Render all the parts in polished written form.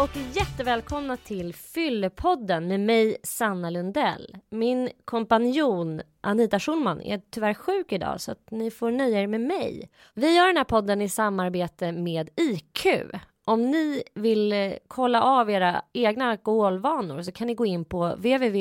och jättevälkomna till Fyllepodden med mig, Sanna Lundell. Min kompanjon Anita Schulman är tyvärr sjuk idag så att ni får nöja er med mig. Vi gör den här podden i samarbete med IQ. Om ni vill kolla av era egna alkoholvanor så kan ni gå in på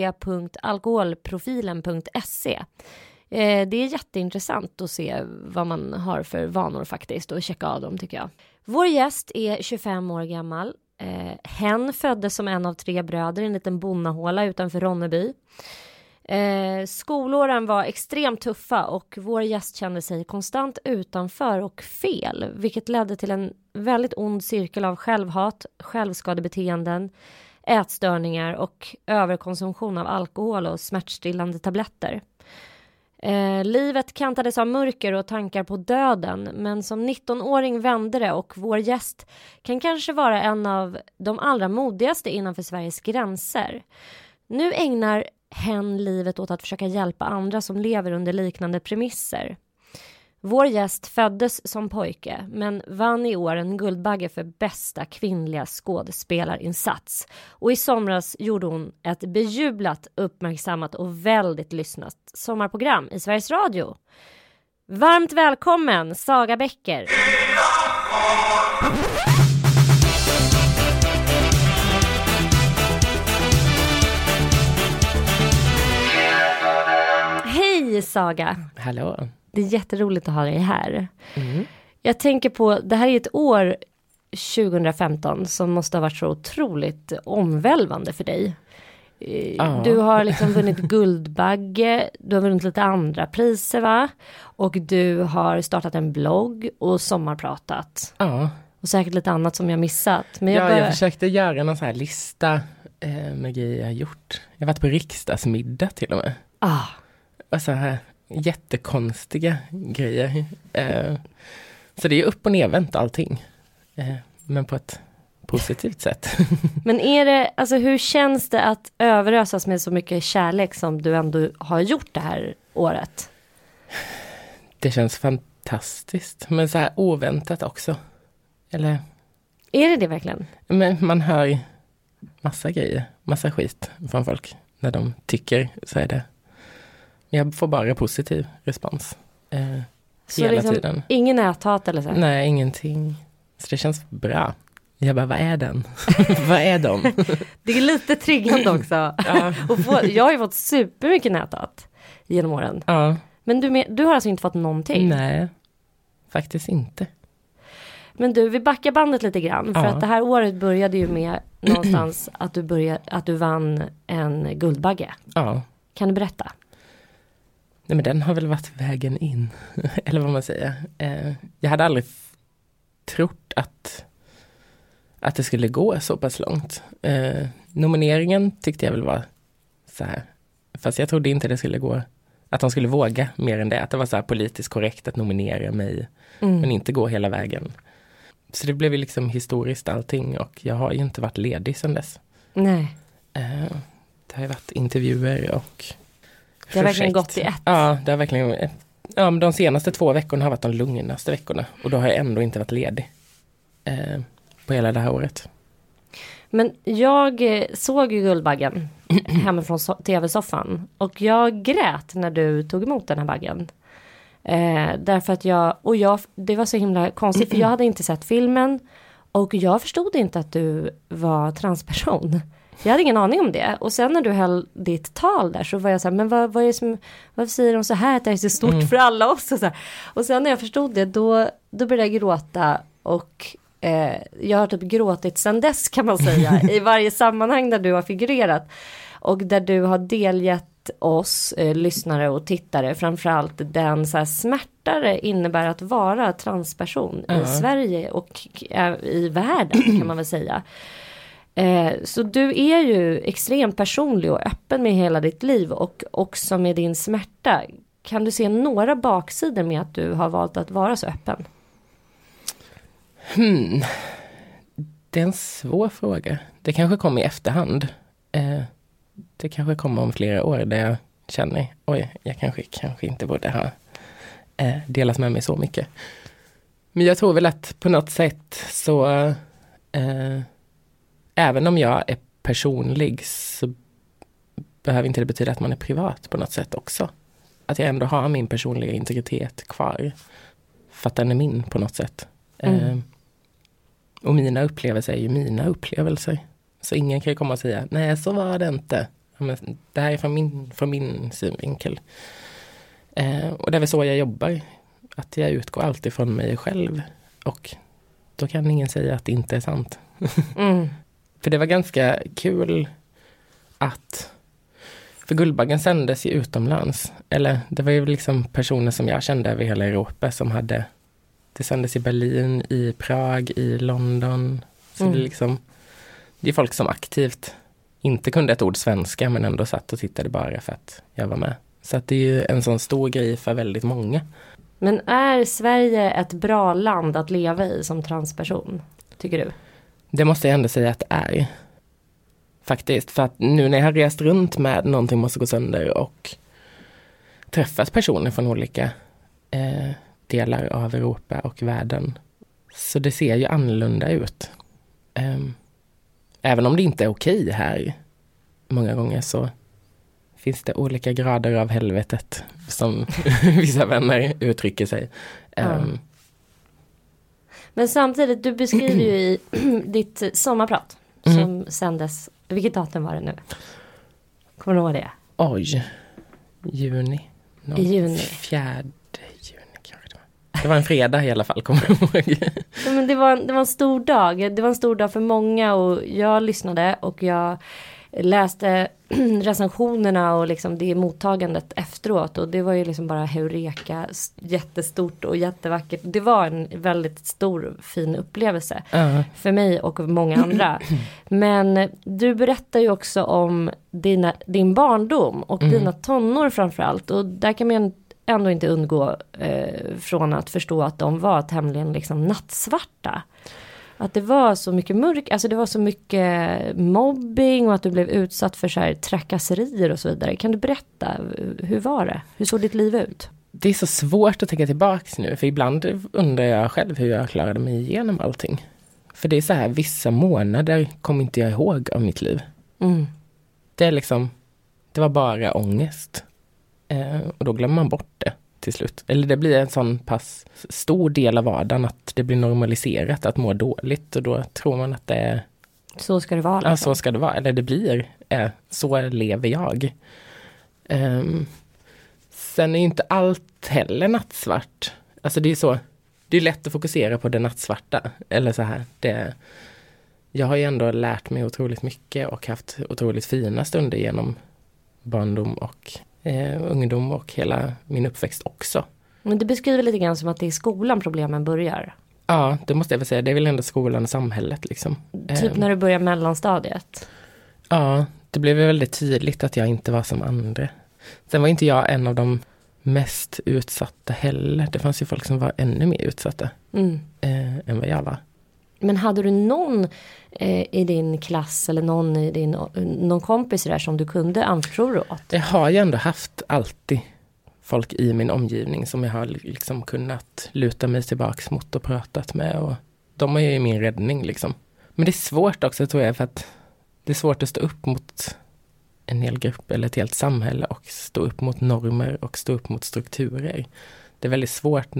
www.alkoholprofilen.se. Det är jätteintressant att se vad man har för vanor faktiskt och checka av dem tycker jag. Vår gäst är 25 år gammal. Hen föddes som en av 3 bröder i en liten bonnahåla utanför Ronneby. Skolåren var extremt tuffa och vår gäst kände sig konstant utanför och fel, vilket ledde till en väldigt ond cirkel av självhat, självskadebeteenden, ätstörningar och överkonsumtion av alkohol och smärtstillande tabletter. Livet kantades av mörker och tankar på döden, men som 19-åring vände det och vår gäst kan kanske vara en av de allra modigaste innanför Sveriges gränser. Nu ägnar hen livet åt att försöka hjälpa andra som lever under liknande premisser. Vår gäst föddes som pojke men vann i år en Guldbagge för bästa kvinnliga skådespelarinsats. Och i somras gjorde hon ett bejublat, uppmärksammat och väldigt lyssnat sommarprogram i Sveriges Radio. Varmt välkommen, Saga Becker! Hej Saga! Hallå! Det är jätteroligt att ha dig här. Jag tänker på, det här är ett år 2015 som måste ha varit så otroligt omvälvande för dig. Du har liksom vunnit Guldbagge, du har vunnit lite andra priser va? Och du har startat en blogg och sommarpratat. Ja. Och säkert lite annat som jag missat. Men jag försökte göra någon så här lista med grejer jag har gjort. Jag har varit på riksdagsmiddag till och med. Och så här jättekonstiga grejer. Så det är upp och nervänt allting. Men på ett positivt sätt. Men är det, alltså hur känns det att överösas med så mycket kärlek som du ändå har gjort det här året? Det känns fantastiskt. Men så här oväntat också. Eller? Är det verkligen? Men man hör massa grejer, massa skit från folk. När de tycker så är det. Jag får bara positiv respons. Hela liksom tiden. Ingen näthat eller så? Nej, ingenting. Så det känns bra. Jag bara, vad är den? Vad är de? Det är lite triggande också. Jag har ju fått supermycket näthat genom åren. Ja. Men du har alltså inte fått någonting? Nej, faktiskt inte. Men vi backar bandet lite grann. För att det här året började ju med någonstans att du vann en Guldbagge. Ja. Kan du berätta? Nej, men den har väl varit vägen in. Eller vad man säger. Jag hade aldrig trott att det skulle gå så pass långt. Nomineringen tyckte jag väl var så här. Fast jag trodde inte det skulle gå. Att de skulle våga mer än det. Att det var så här politiskt korrekt att nominera mig. Men inte gå hela vägen. Så det blev ju liksom historiskt allting. Och jag har ju inte varit ledig sedan dess. Nej. Det har ju varit intervjuer och det har verkligen gått i ett. Ja, det har verkligen. Ja, men de senaste 2 veckorna har varit de lugnaste veckorna. Och då har jag ändå inte varit ledig. På hela det här året. Men jag såg ju Guldbaggen hemifrån tv-soffan. Och jag grät när du tog emot den här baggen. Därför att det var så himla konstigt. För jag hade inte sett filmen. Och jag förstod inte att du var transperson. Jag hade ingen aning om det. Och sen när du höll ditt tal där så var jag så här, men vad är det som, varför säger de så här att det är så stort för alla oss? Och sen när jag förstod det, då började jag gråta. Och jag har typ gråtit sedan dess kan man säga. I varje sammanhang där du har figurerat. Och där du har delgett oss lyssnare och tittare. Framförallt den så här smärta det innebär att vara transperson i Sverige och i världen kan man väl säga. Så du är ju extremt personlig och öppen med hela ditt liv och också med din smärta. Kan du se några baksidor med att du har valt att vara så öppen? Det är en svår fråga. Det kanske kommer i efterhand. Det kanske kommer om flera år där jag känner, oj, jag kanske inte borde ha delat med mig så mycket. Men jag tror väl att på något sätt så även om jag är personlig så behöver inte det betyda att man är privat på något sätt också. Att jag ändå har min personliga integritet kvar. För att den är min på något sätt. Och mina upplevelser är ju mina upplevelser. Så ingen kan ju komma och säga, nej så var det inte. Men det här är från min synvinkel. Och det är väl så jag jobbar. Att jag utgår alltid från mig själv. Och då kan ingen säga att det inte är sant. För det var ganska kul att... För Guldbaggen sändes ju utomlands. Eller det var ju liksom personer som jag kände över hela Europa som hade... Det sändes i Berlin, i Prag, i London. Så det är folk som aktivt inte kunde ett ord svenska men ändå satt och tittade bara för att jag var med. Så att det är ju en sån stor grej för väldigt många. Men är Sverige ett bra land att leva i som transperson, tycker du? Det måste jag ändå säga att det är. Faktiskt, för att nu när jag har rest runt med Någonting måste gå sönder och träffat personer från olika delar av Europa och världen. Så det ser ju annorlunda ut. Även om det inte är okej här många gånger så finns det olika grader av helvetet som vissa vänner uttrycker sig. Men samtidigt, du beskriver ju i ditt sommarprat som sändes, vilket datum var det nu? Kommer du ihåg det? Oj, juni. I juni. 4 juni kanske det var. Det var en fredag i alla fall, kommer jag ihåg. Ja, men det var en stor dag. Det var en stor dag för många och jag lyssnade och jag läste recensionerna och liksom det mottagandet efteråt och det var ju liksom bara heureka, jättestort och jättevackert. Det var en väldigt stor fin upplevelse för mig och många andra. Men du berättar ju också om din barndom och dina tonår framförallt och där kan man ändå inte undgå från att förstå att de var tämligen liksom nattsvarta. Att det var så mycket mörk, alltså det var så mycket mobbing och att du blev utsatt för så här trakasserier och så vidare. Kan du berätta, hur var det? Hur såg ditt liv ut? Det är så svårt att tänka tillbaka nu, för ibland undrar jag själv hur jag klarade mig igenom allting. För det är så här, vissa månader kommer inte jag ihåg av mitt liv. Det är liksom, det var bara ångest. Och då glömmer man bort det till slut. Eller det blir en sån pass stor del av vardagen att det blir normaliserat att må dåligt och då tror man att det är... Så ska det vara. Liksom. Ja, så ska det vara. Eller det blir, så lever jag. Sen är ju inte allt heller nattsvart. Alltså det är så, det är lätt att fokusera på det nattsvarta. Eller så här, jag har ju ändå lärt mig otroligt mycket och haft otroligt fina stunder genom barndom och ungdom och hela min uppväxt också. Men det beskriver lite grann som att det är i skolan problemen börjar. Ja, det måste jag väl säga. Det är väl ändå skolan och samhället liksom. Typ när du börjar mellanstadiet. Ja, det blev väldigt tydligt att jag inte var som andra. Sen var inte jag en av de mest utsatta heller. Det fanns ju folk som var ännu mer utsatta än vad jag var. Men hade du någon i din klass eller någon kompis där som du kunde anförtro dig åt? Jag har ju ändå haft alltid folk i min omgivning som jag har liksom kunnat luta mig tillbaks mot och pratat med. Och de är ju min räddning liksom. Men det är svårt också tror jag för att det är svårt att stå upp mot en hel grupp eller ett helt samhälle och stå upp mot normer och stå upp mot strukturer. Det är väldigt svårt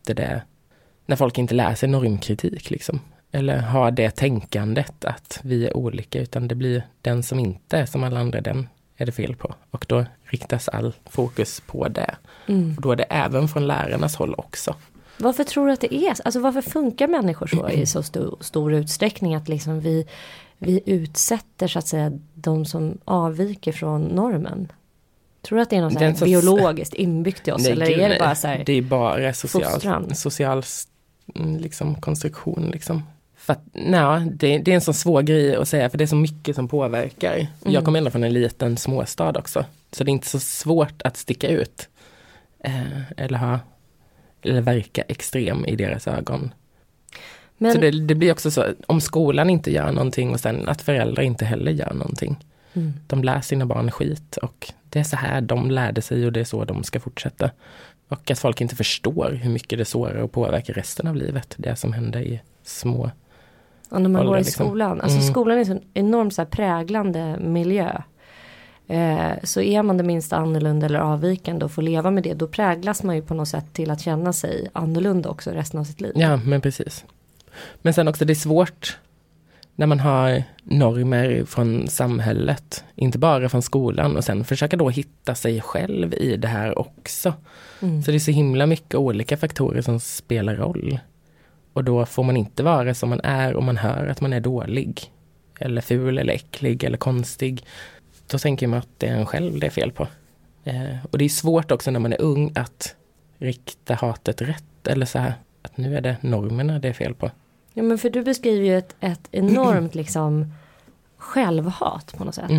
när folk inte läser normkritik liksom. Eller har det tänkandet att vi är olika utan det blir den som inte är som alla andra, den är det fel på. Och då riktas all fokus på det. Och då är det även från lärarnas håll också. Varför tror du att det är? Alltså varför funkar människor så i så stor utsträckning att liksom vi utsätter så att säga de som avviker från normen? Tror du att det är något biologiskt inbyggt i oss? Nej, eller är det bara så här? Det är bara social liksom, konstruktion liksom. För att, det är en sån svår grej att säga för det är så mycket som påverkar. Jag kommer ändå från en liten småstad också. Så det är inte så svårt att sticka ut. Eller verka extrem i deras ögon. Men, så det blir också så, om skolan inte gör någonting och sen att föräldrar inte heller gör någonting. De lär sina barn skit och det är så här de lärde sig och det är så de ska fortsätta. Och att folk inte förstår hur mycket det sårar och påverkar resten av livet. Det som händer i små Och när man går i liksom. skolan. Alltså skolan är en enormt så här präglande miljö. Så är man det minsta annorlunda eller avvikande och får leva med det, då präglas man ju på något sätt till att känna sig annorlunda också resten av sitt liv. Ja, men precis. Men sen också, det är svårt när man har normer från samhället, inte bara från skolan, och sen försöka då hitta sig själv i det här också. Så det är så himla mycket olika faktorer som spelar roll. Och då får man inte vara som man är om man hör att man är dålig. Eller ful, eller äcklig, eller konstig. Då tänker man att det är en själv det är fel på. Och det är svårt också när man är ung att rikta hatet rätt. Eller så här, att nu är det normerna det är fel på. Ja, men för du beskriver ju ett enormt liksom självhat på något sätt.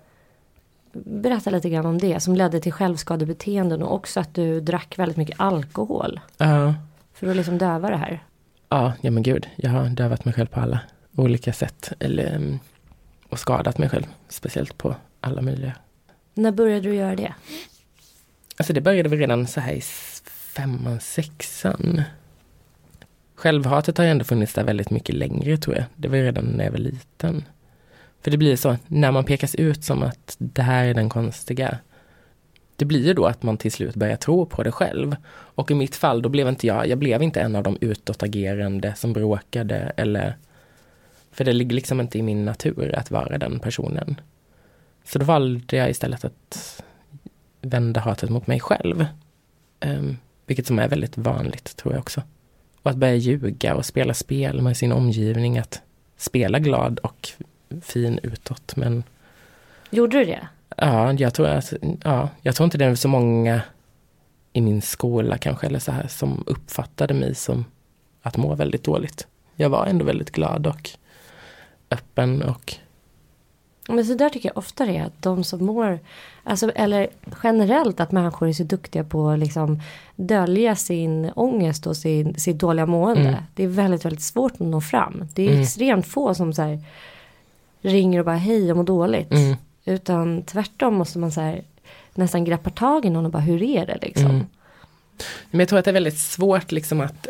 Berätta lite grann om det som ledde till självskadebeteenden och också att du drack väldigt mycket alkohol. Ja. För att liksom döva det här. Ja, men gud. Jag har dövat mig själv på alla olika sätt. Och skadat mig själv. Speciellt på alla möjliga. När började du göra det? Alltså det började vi redan så här i 5:an, 6:an. Självhatet har ju ändå funnits där väldigt mycket längre, tror jag. Det var ju redan när jag var liten. För det blir så, när man pekas ut som att det här är den konstiga. Det blir ju då att man till slut börjar tro på det själv. Och i mitt fall, då blev inte jag blev inte en av de utåtagerande som bråkade. För det ligger liksom inte i min natur att vara den personen. Så då valde jag istället att vända hatet mot mig själv. Vilket som är väldigt vanligt, tror jag också. Och att börja ljuga och spela spel med sin omgivning. Att spela glad och fin utåt. Men gjorde du det? Ja, jag tror inte det är så många i min skola kanske eller så här som uppfattade mig som att må väldigt dåligt. Jag var ändå väldigt glad och öppen och... Men så där tycker jag ofta det är att de som mår, alltså, eller generellt att människor är så duktiga på att liksom dölja sin ångest och sitt dåliga mående. Det är väldigt, väldigt svårt att nå fram. Det är extremt få som så här ringer och bara hej, jag mår dåligt. Utan tvärtom måste man så här nästan greppa tag i någon och bara, hur är det liksom? Men jag tror att det är väldigt svårt liksom att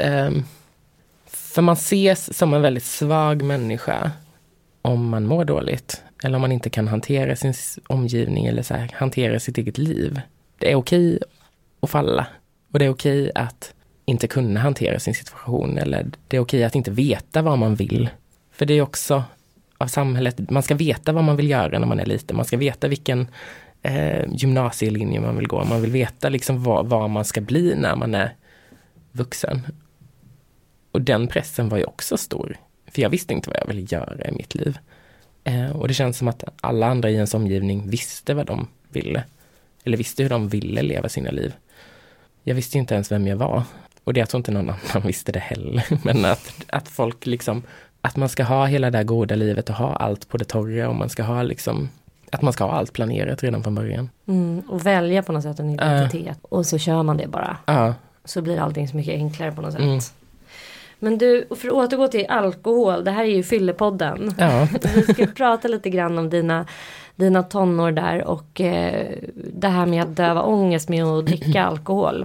för man ses som en väldigt svag människa om man mår dåligt. Eller om man inte kan hantera sin omgivning eller så här, hantera sitt eget liv. Det är okej att falla. Och det är okej att inte kunna hantera sin situation. Eller det är okej att inte veta vad man vill. För det är också av samhället, man ska veta vad man vill göra när man är liten. Man ska veta vilken gymnasielinje man vill gå. Man vill veta liksom vad man ska bli när man är vuxen. Och den pressen var ju också stor. För jag visste inte vad jag ville göra i mitt liv. Och det känns som att alla andra i ens omgivning visste vad de ville. Eller visste hur de ville leva sina liv. Jag visste inte ens vem jag var. Och det jag tror inte någon annan visste det heller. Men att folk liksom, att man ska ha hela det här goda livet och ha allt på det torra. Och man ska ha liksom, att man ska ha allt planerat redan från början. Och välja på något sätt en identitet. Och så kör man det bara. Så blir allting så mycket enklare på något sätt. Men du, för att återgå till alkohol, det här är ju Fyllepodden. Vi ska prata lite grann om dina tonår där och det här med att döva ångest med att dricka alkohol.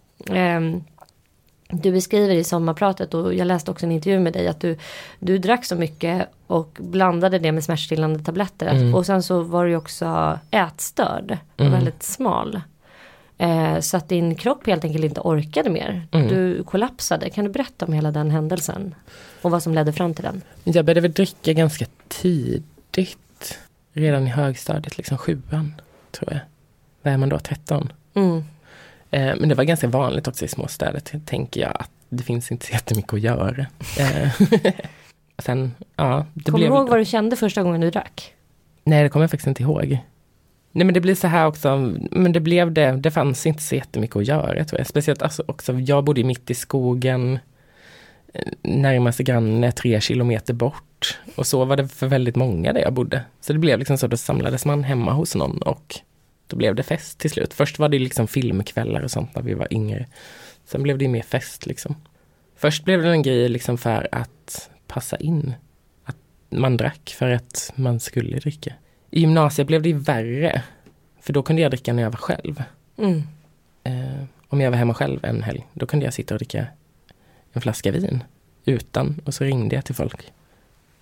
Du beskriver i sommarpratet, och jag läste också en intervju med dig, att du drack så mycket och blandade det med smärtstillande tabletter. Och sen så var du också ätstörd och väldigt smal. Så att din kropp helt enkelt inte orkade mer. Du kollapsade. Kan du berätta om hela den händelsen? Och vad som ledde fram till den? Jag började väl dricka ganska tidigt. Redan i högstadiet, liksom 7:an, tror jag. Vad är man då? 13? Men det var ganska vanligt också i småstäder, tänker jag. Att det finns inte så jättemycket att göra. Sen, Kommer du ihåg vad du kände första gången du drack? Nej, det kommer jag faktiskt inte ihåg. Nej, men det blir så här också, men det fanns inte så jättemycket att göra, tror jag. Speciellt alltså också, jag bodde mitt i skogen, närmaste granne 3 kilometer bort. Och så var det för väldigt många där jag bodde. Så det blev liksom så, då samlades man hemma hos någon och då blev det fest till slut. Först var det liksom filmkvällar och sånt när vi var yngre. Sen blev det mer fest liksom. Först blev det en grej liksom för att passa in. Att man drack för att man skulle dricka. I gymnasiet blev det ju värre. För då kunde jag dricka när jag var själv. Om jag var hemma själv en helg, då kunde jag sitta och dricka en flaska vin. Utan, och så ringde jag till folk.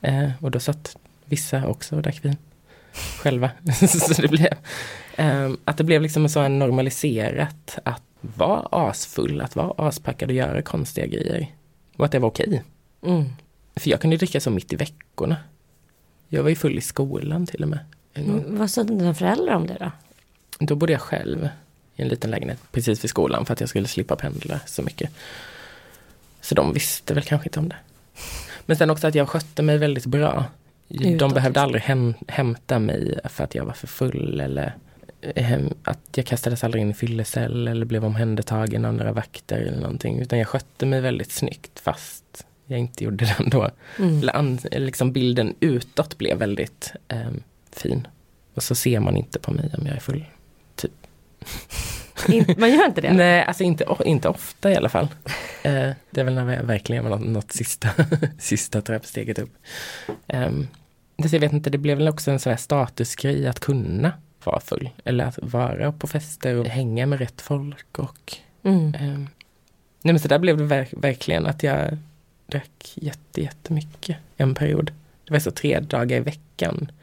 Och då satt vissa också och drack vin själva. Så det blev, att det blev liksom så en normaliserat att vara asfull, att vara aspackad och göra konstiga grejer. Och att det var okej. För jag kunde dricka så mitt i veckorna. Jag var ju full i skolan till och med. Vad sa dina föräldrar om det då? Då bodde jag själv i en liten lägenhet precis vid skolan för att jag skulle slippa pendla så mycket. Så de visste väl kanske inte om det. Men sen också att jag skötte mig väldigt bra. De behövde aldrig hämta mig för att jag var för full eller att jag kastades aldrig in i fyllecell eller blev omhändertagen av några vakter eller någonting. Utan jag skötte mig väldigt snyggt fast jag inte gjorde det ändå. Eller liksom bilden utåt blev väldigt fin. Och så ser man inte på mig om jag är full. Typ. Man gör inte det? Nej, alltså inte ofta i alla fall. Det är väl när jag verkligen var något sista trappsteget upp. Jag vet inte, det blev väl också en sån här statusgrej att kunna vara full. Eller att vara på fester och hänga med rätt folk. Och, nej, men så där blev det verkligen att jag drack jättemycket en period. Det var så 3 dagar i veckan.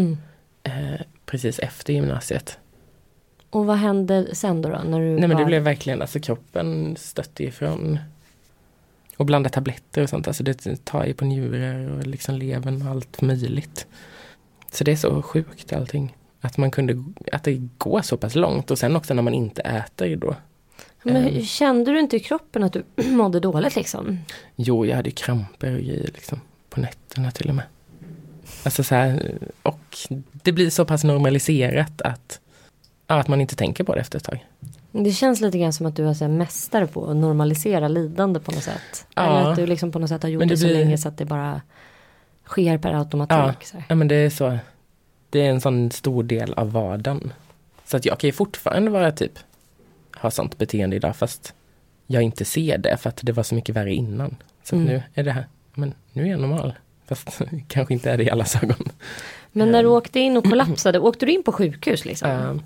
Precis efter gymnasiet. Och vad hände sen då? När du nej men det blev verkligen, alltså kroppen stötte ifrån. Och blanda tabletter och sånt. Alltså det tar ju på njurar och liksom levern och allt möjligt. Så det är så sjukt allting. Att det går så pass långt. Och sen också när man inte äter då. Men kände du inte i kroppen att du mådde dåligt liksom? Jo, jag hade kramper och grejer liksom. På nätterna till och med. Alltså så här, och det blir så pass normaliserat att man inte tänker på det efter ett tag. Det känns lite grann som att du är så mästare på att normalisera lidande på något sätt. Ja. Eller att du liksom på något sätt har gjort det så länge så att det bara sker per automatik. Ja, ja men det är så. Det är en sån stor del av vardagen. Så att jag kan ju fortfarande vara typ ha sånt beteende idag fast jag inte ser det för att det var så mycket värre innan. Så nu är det här, men nu är jag normal. Fast kanske inte är det i alla ögon. Men när du åkte in och kollapsade, åkte du in på sjukhus liksom?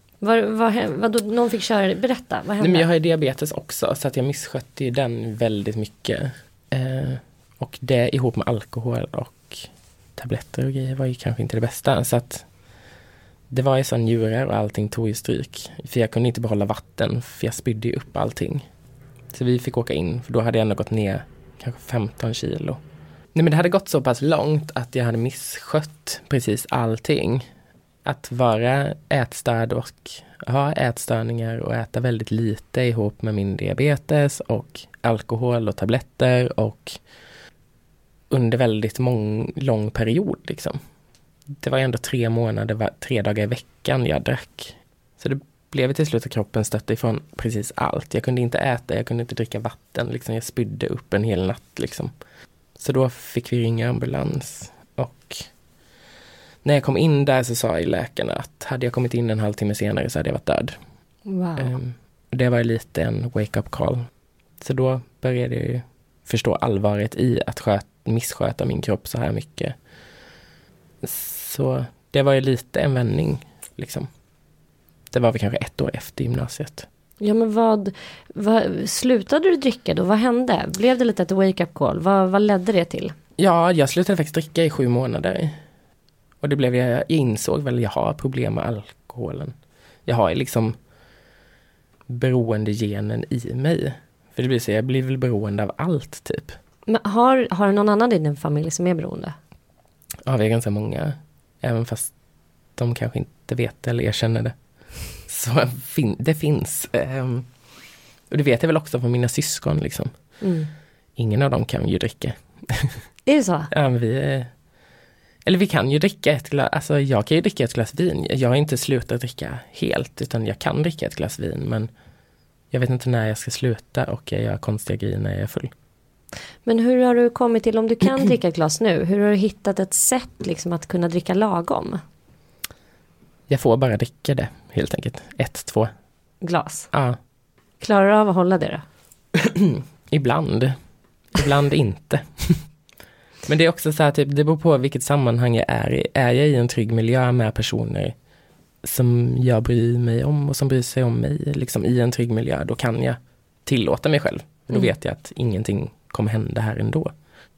Någon fick köra, berätta, vad hände? Nej, men jag har ju diabetes också så att jag misskötte ju den väldigt mycket. Och det ihop med alkohol och tabletter och grejer var ju kanske inte det bästa. Så att det var ju så njurar och allting tog ju stryk. För jag kunde inte behålla vatten för jag spydde ju upp allting. Så vi fick åka in för då hade jag ändå gått ner kanske 15 kilo. Nej men det hade gått så pass långt att jag hade misskött precis allting. Att vara ätstörd och ha ätstörningar och äta väldigt lite ihop med min diabetes och alkohol och tabletter och under väldigt lång period liksom. Det var ändå 3 månader, 3 dagar i veckan jag drack. Så det blev till slut att kroppen stötte ifrån precis allt. Jag kunde inte äta, jag kunde inte dricka vatten. Liksom. Jag spydde upp en hel natt. Liksom. Så då fick vi ringa ambulans. Och när jag kom in där så sa läkarna att hade jag kommit in en halvtimme senare så hade jag varit död. Wow. Det var lite en wake-up call. Så då började jag förstå allvaret i att missköta min kropp så här mycket. Så det var ju lite en vändning liksom. Det var väl kanske 1 år efter gymnasiet. Ja men vad slutade du dricka då? Vad hände? Blev det lite ett wake-up call? Vad ledde det till? Ja, jag slutade faktiskt dricka i 7 månader. Och det blev jag insåg väl jag har problem med alkoholen. Jag har ju liksom beroendegenen i mig. För det blir så, jag blir väl beroende av allt typ. Men har du någon annan i din familj som är beroende? Ja, vi är ganska många. Även fast de kanske inte vet eller erkänner det. Så det finns. Och det vet jag väl också från mina syskon liksom. Ingen av dem kan ju dricka. Är det så? Ja, men vi kan ju dricka ett glas. Alltså jag kan ju dricka ett glas vin. Jag har inte slutat dricka helt. Utan jag kan dricka ett glas vin. Men jag vet inte när jag ska sluta. Och jag gör konstiga grejer när jag är full. Men hur har du kommit till, om du kan dricka ett glas nu, hur har du hittat ett sätt liksom att kunna dricka lagom? Jag får bara dricka det, helt enkelt. 1-2 glas? Ja. Klarar du av att hålla det då? Ibland inte. Men det är också så här, typ, det beror på vilket sammanhang jag är i. Är jag i en trygg miljö med personer som jag bryr mig om och som bryr sig om mig, liksom i en trygg miljö, då kan jag tillåta mig själv. Då vet jag att ingenting kommer hända här ändå.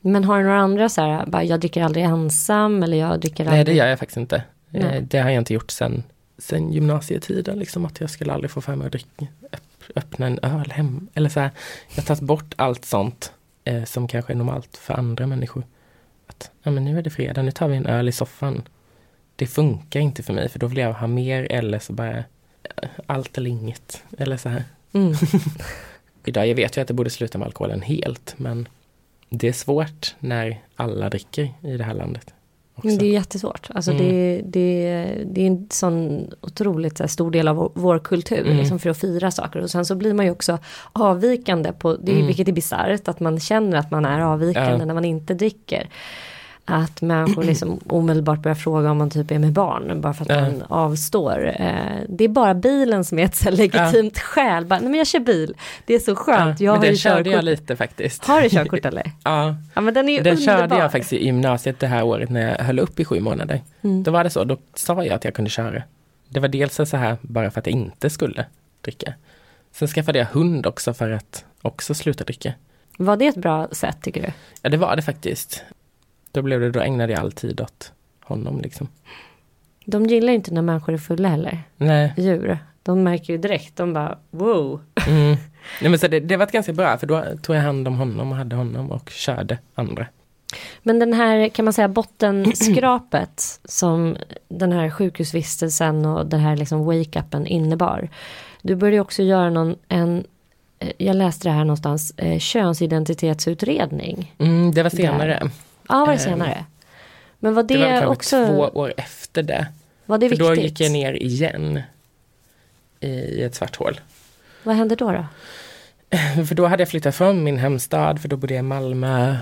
Men har du några andra så här, bara, jag dricker aldrig ensam eller jag dricker aldrig... Nej, det gör jag faktiskt inte. Nej. Det har jag inte gjort sen gymnasietiden, liksom, att jag skulle aldrig få för mig att öppna en öl hem. Eller så här, jag har tagit bort allt sånt som kanske är normalt för andra människor. Att, ja men nu är det fredag, nu tar vi en öl i soffan. Det funkar inte för mig, för då vill jag ha mer eller så bara allt eller inget. Eller så här. Mm. Idag, jag vet ju att det borde sluta med alkoholen helt, men det är svårt när alla dricker i det här landet. Men det är jättesvårt. Alltså det är en sån otroligt så här, stor del av vår kultur liksom, för att fira saker. Och sen så blir man ju också avvikande på det, vilket är bisarrt, att man känner att man är avvikande när man inte dricker. Att människor liksom omedelbart börjar fråga om man typ är med barn bara för att man avstår. Det är bara bilen som är ett så legitimt skäl. Bara, nej men jag kör bil. Det är så skönt. Jag men har den ju körde körkort. jag lite faktiskt. Har du körkort eller? Ja. Ja, men den är ju den underbar. Körde jag faktiskt i gymnasiet det här året när jag höll upp i 7 månader. Då var det så. Då sa jag att jag kunde köra. Det var dels så här bara för att jag inte skulle dricka. Sen skaffade jag hund också för att också sluta dricka. Var det ett bra sätt tycker du? Ja, det var det faktiskt. Då ägnade jag all tid åt honom liksom. De gillar ju inte när människor är fulla heller. Nej. Djur. De märker ju direkt. De bara, wow. Nej, men så det var ganska bra. För då tog jag hand om honom och hade honom och körde andra. Men den här, kan man säga, bottenskrapet som den här sjukhusvistelsen och den här liksom wake-upen innebar. Du började också göra jag läste det här någonstans, könsidentitetsutredning. Det var senare. Där. Ja, var det senare? Men var det var också... 2 år efter det. Var det för viktigt? Då gick jag ner igen i ett svart hål. Vad hände då? För då hade jag flyttat från min hemstad, för då bodde jag i Malmö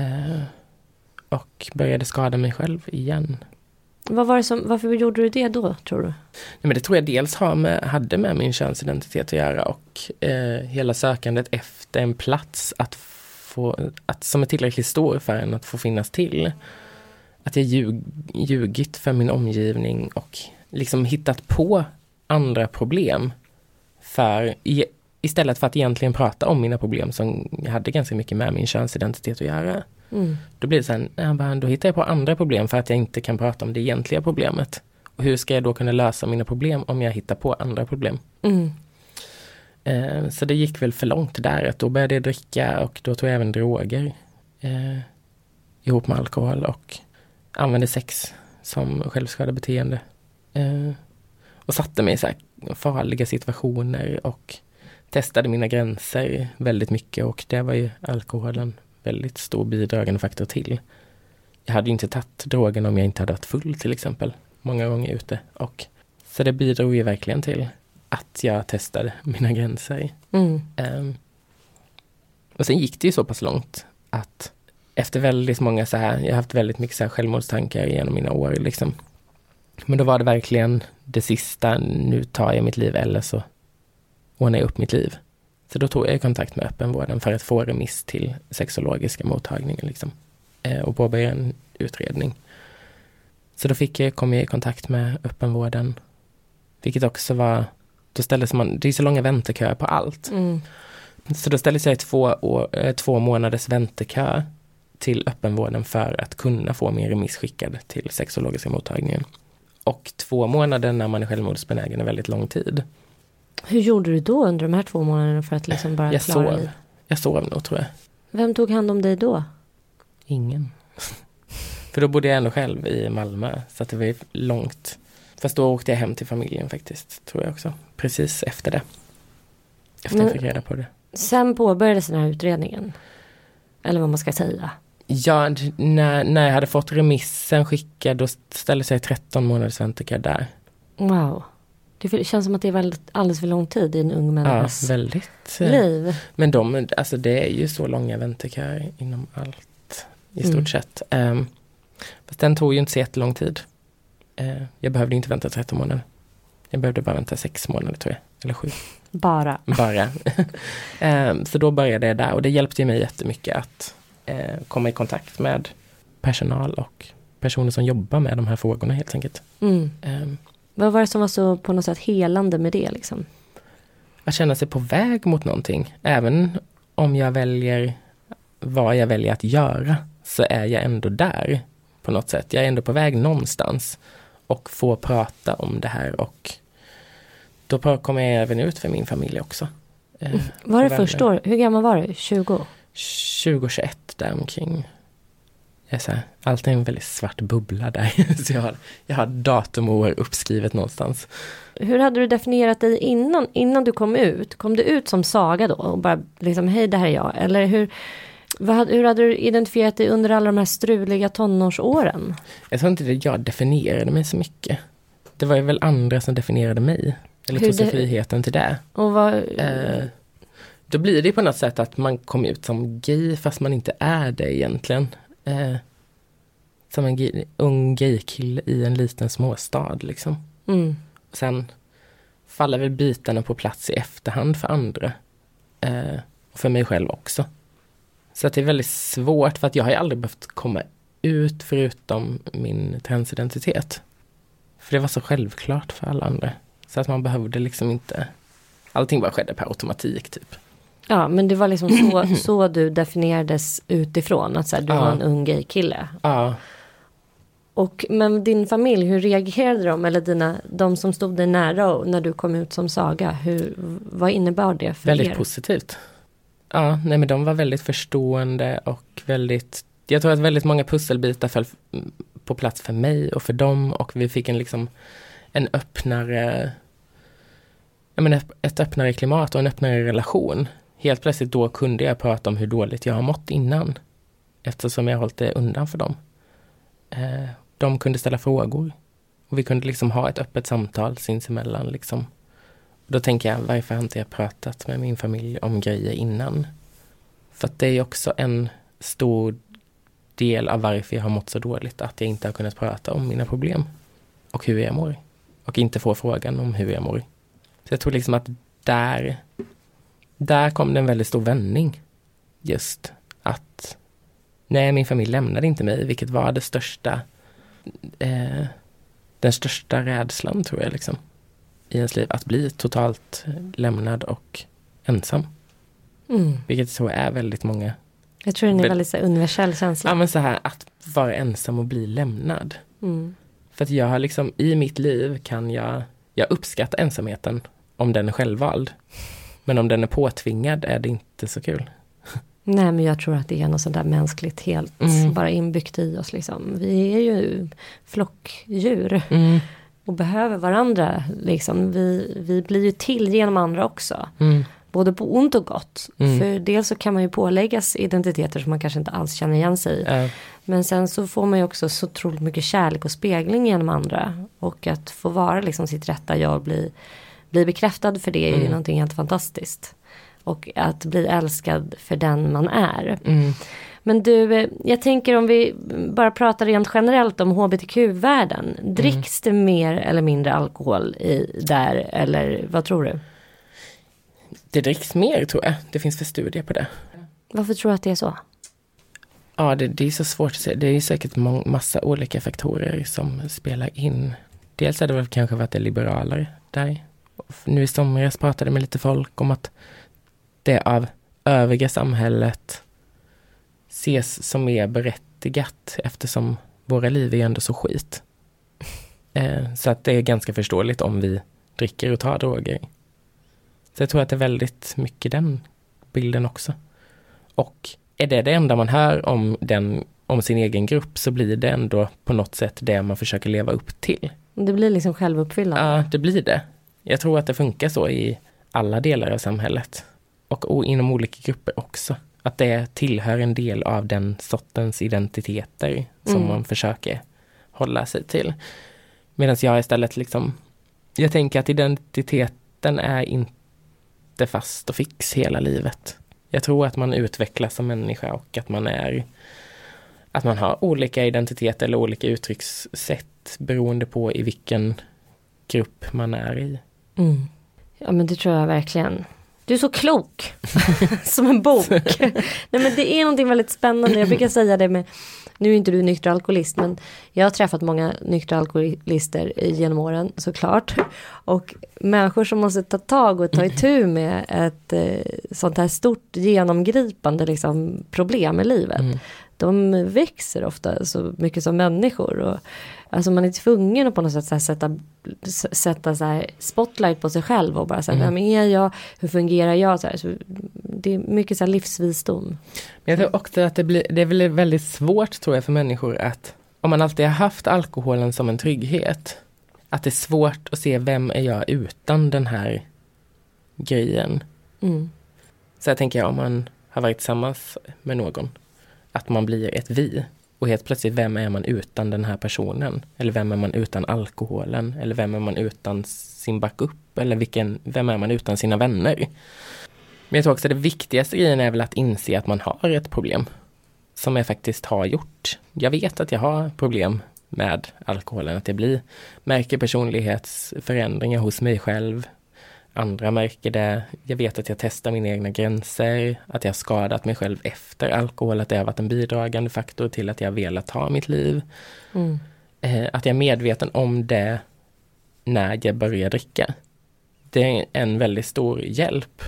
och började skada mig själv igen. Varför gjorde du det då, tror du? Nej, men det tror jag dels hade med min könsidentitet att göra och hela sökandet efter en plats som är tillräckligt stor för en att få finnas till. Att jag ljugit för min omgivning och liksom hittat på andra problem istället för att egentligen prata om mina problem som hade ganska mycket med min könsidentitet att göra. Då blir det så här, då hittar jag på andra problem för att jag inte kan prata om det egentliga problemet. Och hur ska jag då kunna lösa mina problem om jag hittar på andra problem? Så det gick väl för långt där. Att då började jag dricka och då tog jag även droger ihop med alkohol och använde sex som självskadebeteende. Och satte mig i så här farliga situationer och testade mina gränser väldigt mycket och det var ju alkoholen väldigt stor bidragande faktor till. Jag hade ju inte tagit drogen om jag inte hade varit full till exempel, många gånger ute. Och så det bidrog ju verkligen till att jag testade mina gränser. Och sen gick det ju så pass långt att efter väldigt många jag har haft väldigt mycket så här självmordstankar genom mina år liksom. Men då var det verkligen det sista, nu tar jag mitt liv eller så ordnar jag upp mitt liv. Så då tog jag kontakt med öppenvården för att få remiss till sexologiska mottagningen liksom. Och påbörja en utredning. Så då kom jag i kontakt med öppenvården. Vilket också var, då ställdes man, det är så långa vänteköer på allt. Så då ställdes jag i 2 månaders väntekö till öppenvården för att kunna få min remiss skickad till sexologiska mottagningen. Och 2 månader när man är självmordsbenägen är väldigt lång tid. Hur gjorde du då under de här 2 månaderna för att liksom bara klara dig? Jag sov nog, tror jag. Vem tog hand om dig då? Ingen. För då bodde jag ändå själv i Malmö. Så att det var långt. Fast då åkte jag hem till familjen faktiskt, tror jag också. Precis efter det. Efter jag fick reda på det. Sen påbörjades den här utredningen? Eller vad man ska säga? Ja, när jag hade fått remissen skickad, då ställde sig 13 månaders väntekö där. Wow. Det känns som att det är alldeles för lång tid i en ung människas liv. Men det är ju så långa vänteköer inom allt i stort sett. Fast den tog ju inte så jättelång tid. Jag behövde inte vänta 13 månader. Jag behövde bara vänta 6 månader, tror jag. Eller 7. Bara. Så då började jag där och det hjälpte mig jättemycket att komma i kontakt med personal och personer som jobbar med de här frågorna helt enkelt. Vad var det som var så på något sätt helande med det liksom? Att känna sig på väg mot någonting. Även om jag väljer vad jag väljer att göra. så är jag ändå där på något sätt. Jag är ändå på väg någonstans och får prata om det här, och då kommer jag även ut för min familj också. Var det första år? Hur gammal var du? 20? 20-21 där omkring. Allt är en väldigt svart bubbla där. Så jag har datum och år uppskrivet någonstans. Hur hade du definierat dig innan du kom ut? Kom du ut som Saga då och bara liksom, hej, det här är jag? Eller hur hade du identifierat dig under alla de här struliga tonårsåren? Jag tror inte jag definierade mig så mycket. Det var ju väl andra som definierade mig. Eller tog sig friheten till det. Och då blir det på något sätt att man kommer ut som gay fast man inte är det egentligen. Som en ung gaykille i en liten småstad liksom. Sen faller väl bitarna på plats i efterhand för andra. Och för mig själv också. Så att det är väldigt svårt, för att jag har ju aldrig behövt komma ut förutom min transidentitet. För det var så självklart för alla andra. Så att man behövde liksom inte... Allting bara skedde per automatik typ. Ja, men det var liksom så du definierades utifrån. Att så här, du var en ung gay-kille. Ja. Men din familj, hur reagerade de? Eller de som stod dig nära när du kom ut som Saga? Vad innebar det för väldigt er? Positivt. Ja, nej, men de var väldigt förstående och väldigt... Jag tror att väldigt många pusselbitar föll på plats för mig och för dem. Och vi fick en öppnare... ett öppnare klimat och en öppnare relation. Helt plötsligt då kunde jag prata om hur dåligt jag har mått innan. Eftersom jag hållit det undan för dem. De kunde ställa frågor. Och vi kunde liksom ha ett öppet samtal sinsemellan liksom. Då tänker jag, varför har inte jag pratat med min familj om grejer innan? För att det är också en stor del av varför jag har mått så dåligt. Att jag inte har kunnat prata om mina problem. Och hur jag mår. Och inte få frågan om hur jag mår. Så jag tror liksom att där kom det en väldigt stor vändning. Just att min familj lämnade inte mig. Vilket var den största rädslan tror jag liksom. I ens liv. Att bli totalt lämnad och ensam. Vilket så är väldigt många. Jag tror det är en väldigt så universell känsla. Ja, men så här att vara ensam och bli lämnad. För att jag har liksom i mitt liv kan jag uppskattar ensamheten om den är självvald. Men om den är påtvingad är det inte så kul. Nej, men jag tror att det är något sånt där mänskligt helt bara inbyggt i oss liksom. Vi är ju flockdjur och behöver varandra liksom. Vi blir ju till genom andra också. Både på ont och gott. För dels så kan man ju påläggas identiteter som man kanske inte alls känner igen sig i. Men sen så får man ju också så otroligt mycket kärlek och spegling genom andra. Och att få vara liksom sitt rätta jag, bli bekräftad för det är ju någonting helt fantastiskt. Och att bli älskad för den man är. Men du, jag tänker om vi bara pratar rent generellt om hbtq-världen. Dricks det mer eller mindre alkohol där? Eller vad tror du? Det dricks mer tror jag. Det finns för studier på det. Varför tror du att det är så? Ja, det är så svårt att säga. Det är säkert massa olika faktorer som spelar in. Dels är det väl kanske för att det är liberalare där. Nu i somras pratade med lite folk om att det av övriga samhället ses som mer berättigat eftersom våra liv är ändå så skit. Så att det är ganska förståeligt om vi dricker och tar droger. Så jag tror att det är väldigt mycket den bilden också. Och är det enda man hör om sin egen grupp så blir det ändå på något sätt det man försöker leva upp till. Det blir liksom självuppfyllande. Ja, det blir det. Jag tror att det funkar så i alla delar av samhället. Och inom olika grupper också. Att det tillhör en del av den sortens identiteter som man försöker hålla sig till. Medan jag istället liksom... Jag tänker att identiteten är inte fast och fix hela livet. Jag tror att man utvecklas som människa och att man har olika identiteter eller olika uttryckssätt beroende på i vilken grupp man är i. Ja, men det tror jag verkligen. Du är så klok. Som en bok. Nej, men det är någonting väldigt spännande. Jag brukar säga det med, nu är inte du nykter alkoholist, men jag har träffat många nyktra alkoholister genom åren, såklart. Och människor som måste ta tag och ta itu med ett sånt här stort genomgripande liksom, problem i livet. de växer ofta så mycket som människor. Och, alltså man är tvungen att på något sätt så här sätta så här spotlight på sig själv och bara så här, vem är jag, hur fungerar jag? Så här, så det är mycket så här livsvisdom. Men jag tror också att det är väl väldigt svårt tror jag för människor att om man alltid har haft alkoholen som en trygghet, att det är svårt att se vem är jag utan den här grejen. Så jag tänker om man har varit tillsammans med någon, att man blir ett vi. Och helt plötsligt, vem är man utan den här personen? Eller vem är man utan alkoholen? Eller vem är man utan sin backup? Eller vem är man utan sina vänner? Men jag tror också att det viktigaste grejen är väl att inse att man har ett problem. Som jag faktiskt har gjort. Jag vet att jag har problem med alkoholen. Att jag märker personlighetsförändringar hos mig själv. Andra märker det. Jag vet att jag testar mina egna gränser. Att jag har skadat mig själv efter alkohol. Att det har varit en bidragande faktor till att jag har velat ha mitt liv. Att jag är medveten om det när jag börjar dricka. Det är en väldigt stor hjälp.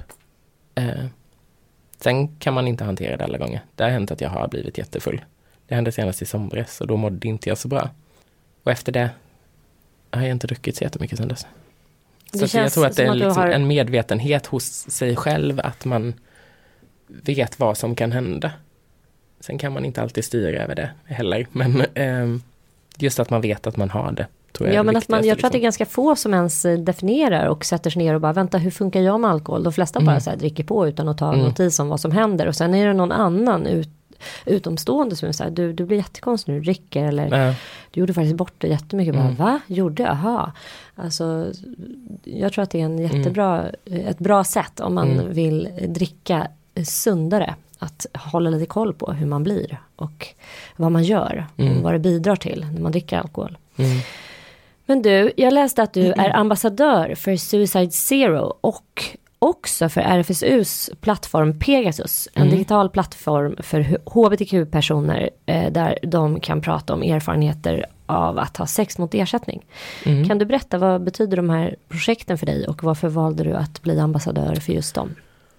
Sen kan man inte hantera det alla gånger. Det har hänt att jag har blivit jättefull. Det hände senast i somras och då mådde inte jag så bra. Och efter det har jag inte druckit så jättemycket sedan dess. Så jag tror att det är liksom en medvetenhet hos sig själv att man vet vad som kan hända. Sen kan man inte alltid styra över det heller. Men just att man vet att man har det. Tror jag men jag tror att det är ganska få som ens definierar och sätter sig ner och bara vänta, hur funkar jag med alkohol? De flesta bara så här, dricker på utan att ta notis om vad som händer. Och sen är det någon annan utomstående som är så här, du blir jättekonstig när du dricker eller du gjorde faktiskt bort det jättemycket. Bara, va? Gjorde jag? Aha. Alltså, jag tror att det är ett bra sätt om man vill dricka sundare. Att hålla lite koll på hur man blir och vad man gör och vad det bidrar till när man dricker alkohol. Men du, jag läste att du är ambassadör för Suicide Zero och också för RFSUs plattform Pegasus. En digital plattform för hbtq-personer där de kan prata om erfarenheter av att ha sex mot ersättning. Kan du berätta vad betyder de här projekten för dig och varför valde du att bli ambassadör för just dem?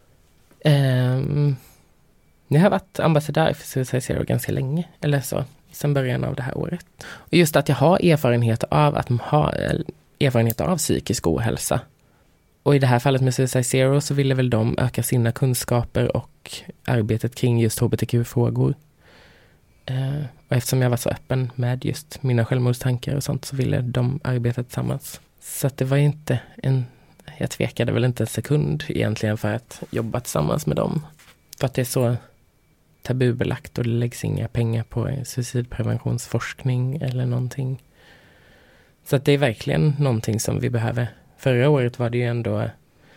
Jag har varit ambassadör för Suicide Zero ganska länge, eller så, sedan början av det här året. Och just att jag har erfarenhet av psykisk ohälsa. Och i det här fallet med Suicide Zero så ville väl de öka sina kunskaper och arbetet kring just hbtq-frågor. Och eftersom jag var så öppen med just mina självmordstankar och sånt så ville de arbeta tillsammans. Så att det var inte jag tvekade väl inte en sekund egentligen för att jobba tillsammans med dem. För att det är så tabubelagt och det läggs inga pengar på suicidpreventionsforskning eller någonting. Så att det är verkligen någonting som vi behöver. Förra året var det ju ändå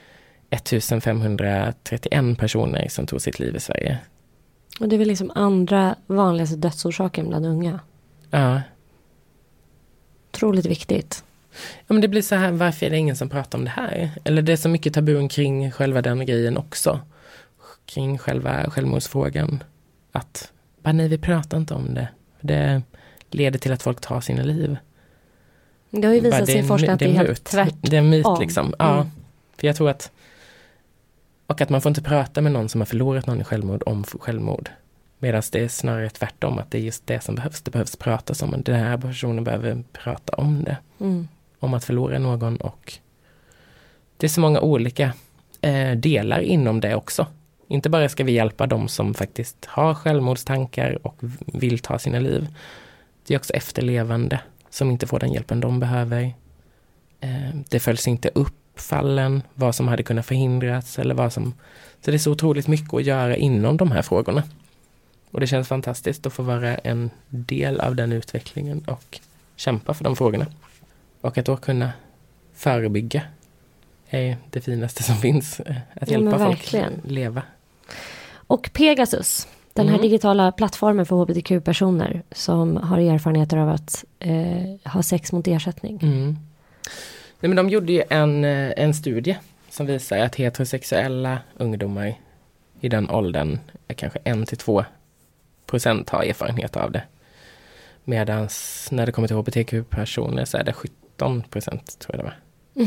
1531 personer som tog sitt liv i Sverige. Och det är väl liksom andra vanligaste dödsorsaken bland unga. Ja. Otroligt viktigt. Ja, men det blir så här, varför är det ingen som pratar om det här? Eller det är så mycket tabun kring själva den grejen också. Kring själva självmordsfrågan. Att, nej vi pratar inte om det. Det leder till att folk tar sina liv. Det har ju visat sig i forskning att det är helt tvärtom. Det är en myt liksom. Ja, för jag tror att och att man får inte prata med någon som har förlorat någon i självmord om självmord. Medan det är snarare tvärtom att det är just det som behövs. Det behövs pratas om. Den här personen behöver prata om det. Om att förlora någon och det är så många olika delar inom det också. Inte bara ska vi hjälpa dem som faktiskt har självmordstankar och vill ta sina liv. Det är också efterlevande som inte får den hjälpen de behöver. Det följs inte upp fallen, vad som hade kunnat förhindras eller vad som... Så det är så otroligt mycket att göra inom de här frågorna. Och det känns fantastiskt att få vara en del av den utvecklingen och kämpa för de frågorna. Och att då kunna förebygga är det finaste som finns. Att hjälpa folk leva. Och Pegasus, den här digitala plattformen för hbtq-personer som har erfarenheter av att ha sex mot ersättning. Nej, men de gjorde ju en studie som visar att heterosexuella ungdomar i den åldern är kanske 1-2% har erfarenhet av det. Medan när det kommer till hbtq-personer så är det 17% tror jag det var.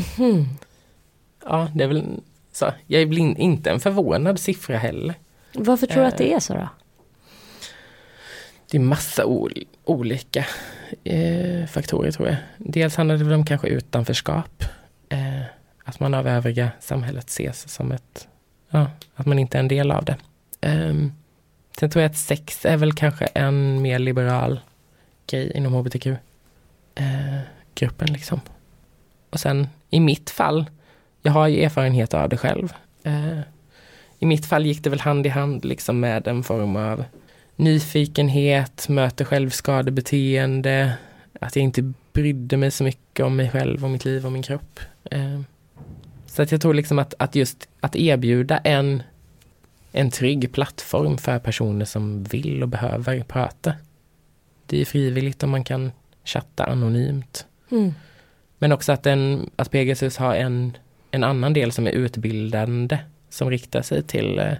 Ja, det är väl så. Jag är inte en förvånad siffra heller. Varför tror du att det är så då? Det är massa olika faktorer tror jag. Dels handlar det väl om kanske utanförskap. Att man av övriga samhället ses som att man inte är en del av det. Sen tror jag att sex är väl kanske en mer liberal grej inom hbtq-gruppen liksom. Och sen i mitt fall, jag har ju erfarenhet av det själv. I mitt fall gick det väl hand i hand liksom med en form av nyfikenhet, möter självskadebeteende, att jag inte brydde mig så mycket om mig själv och mitt liv och min kropp. Så att jag tror liksom att just att erbjuda en trygg plattform för personer som vill och behöver prata. Det är frivilligt om man kan chatta anonymt. Men också att Pegasus har en annan del som är utbildande, som riktar sig till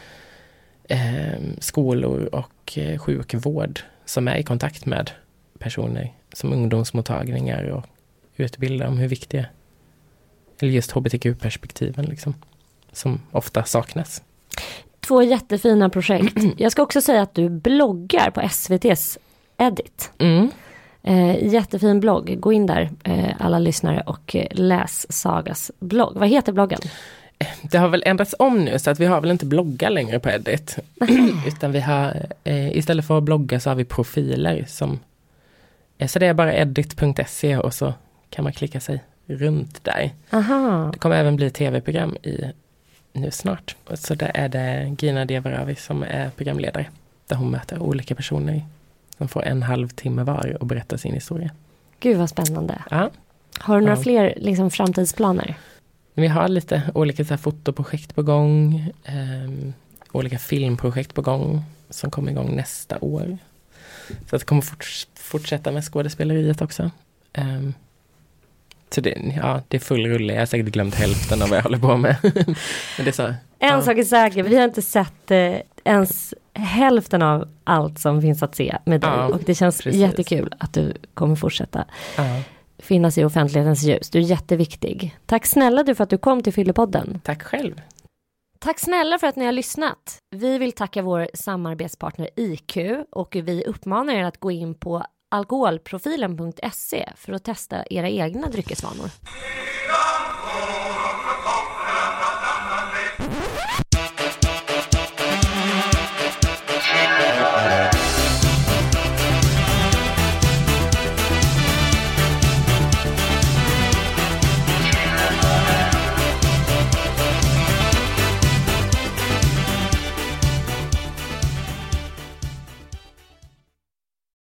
skolor och sjukvård som är i kontakt med personer som ungdomsmottagningar och utbildar om hur viktiga, eller just hbtq-perspektiven liksom, som ofta saknas. 2 jättefina projekt. Jag ska också säga att du bloggar på SVT:s Edit. Jättefin blogg. Gå in där alla lyssnare och läs Sagas blogg. Vad heter bloggen? Det har väl ändrats om nu så att vi har väl inte bloggar längre på Edit. Utan vi har istället för att blogga så har vi profiler som så det är bara edit.se och så kan man klicka sig runt där. Aha. Det kommer även bli tv-program nu snart. Så där är det Gina Devaravi som är programledare. Där hon möter olika personer som får 1,5 timme var och berättar sin historia. Gud vad spännande. Ja. Har du några fler liksom, framtidsplaner? Vi har lite olika så här, fotoprojekt på gång. Olika filmprojekt på gång som kommer igång nästa år. Så att det kommer fortsätta med skådespeleriet också. Så det är full rulle. Jag har säkert glömt hälften av vad jag håller på med. Men det är så, en sak är säker, vi har inte sett ens hälften av allt som finns att se med dig. Och det känns jättekul att du kommer fortsätta finnas i offentlighetens ljus. Du är jätteviktig. Tack snälla du för att du kom till Fyllepodden. Tack själv. Tack snälla för att ni har lyssnat. Vi vill tacka vår samarbetspartner IQ och vi uppmanar er att gå in på alkoholprofilen.se för att testa era egna dryckesvanor.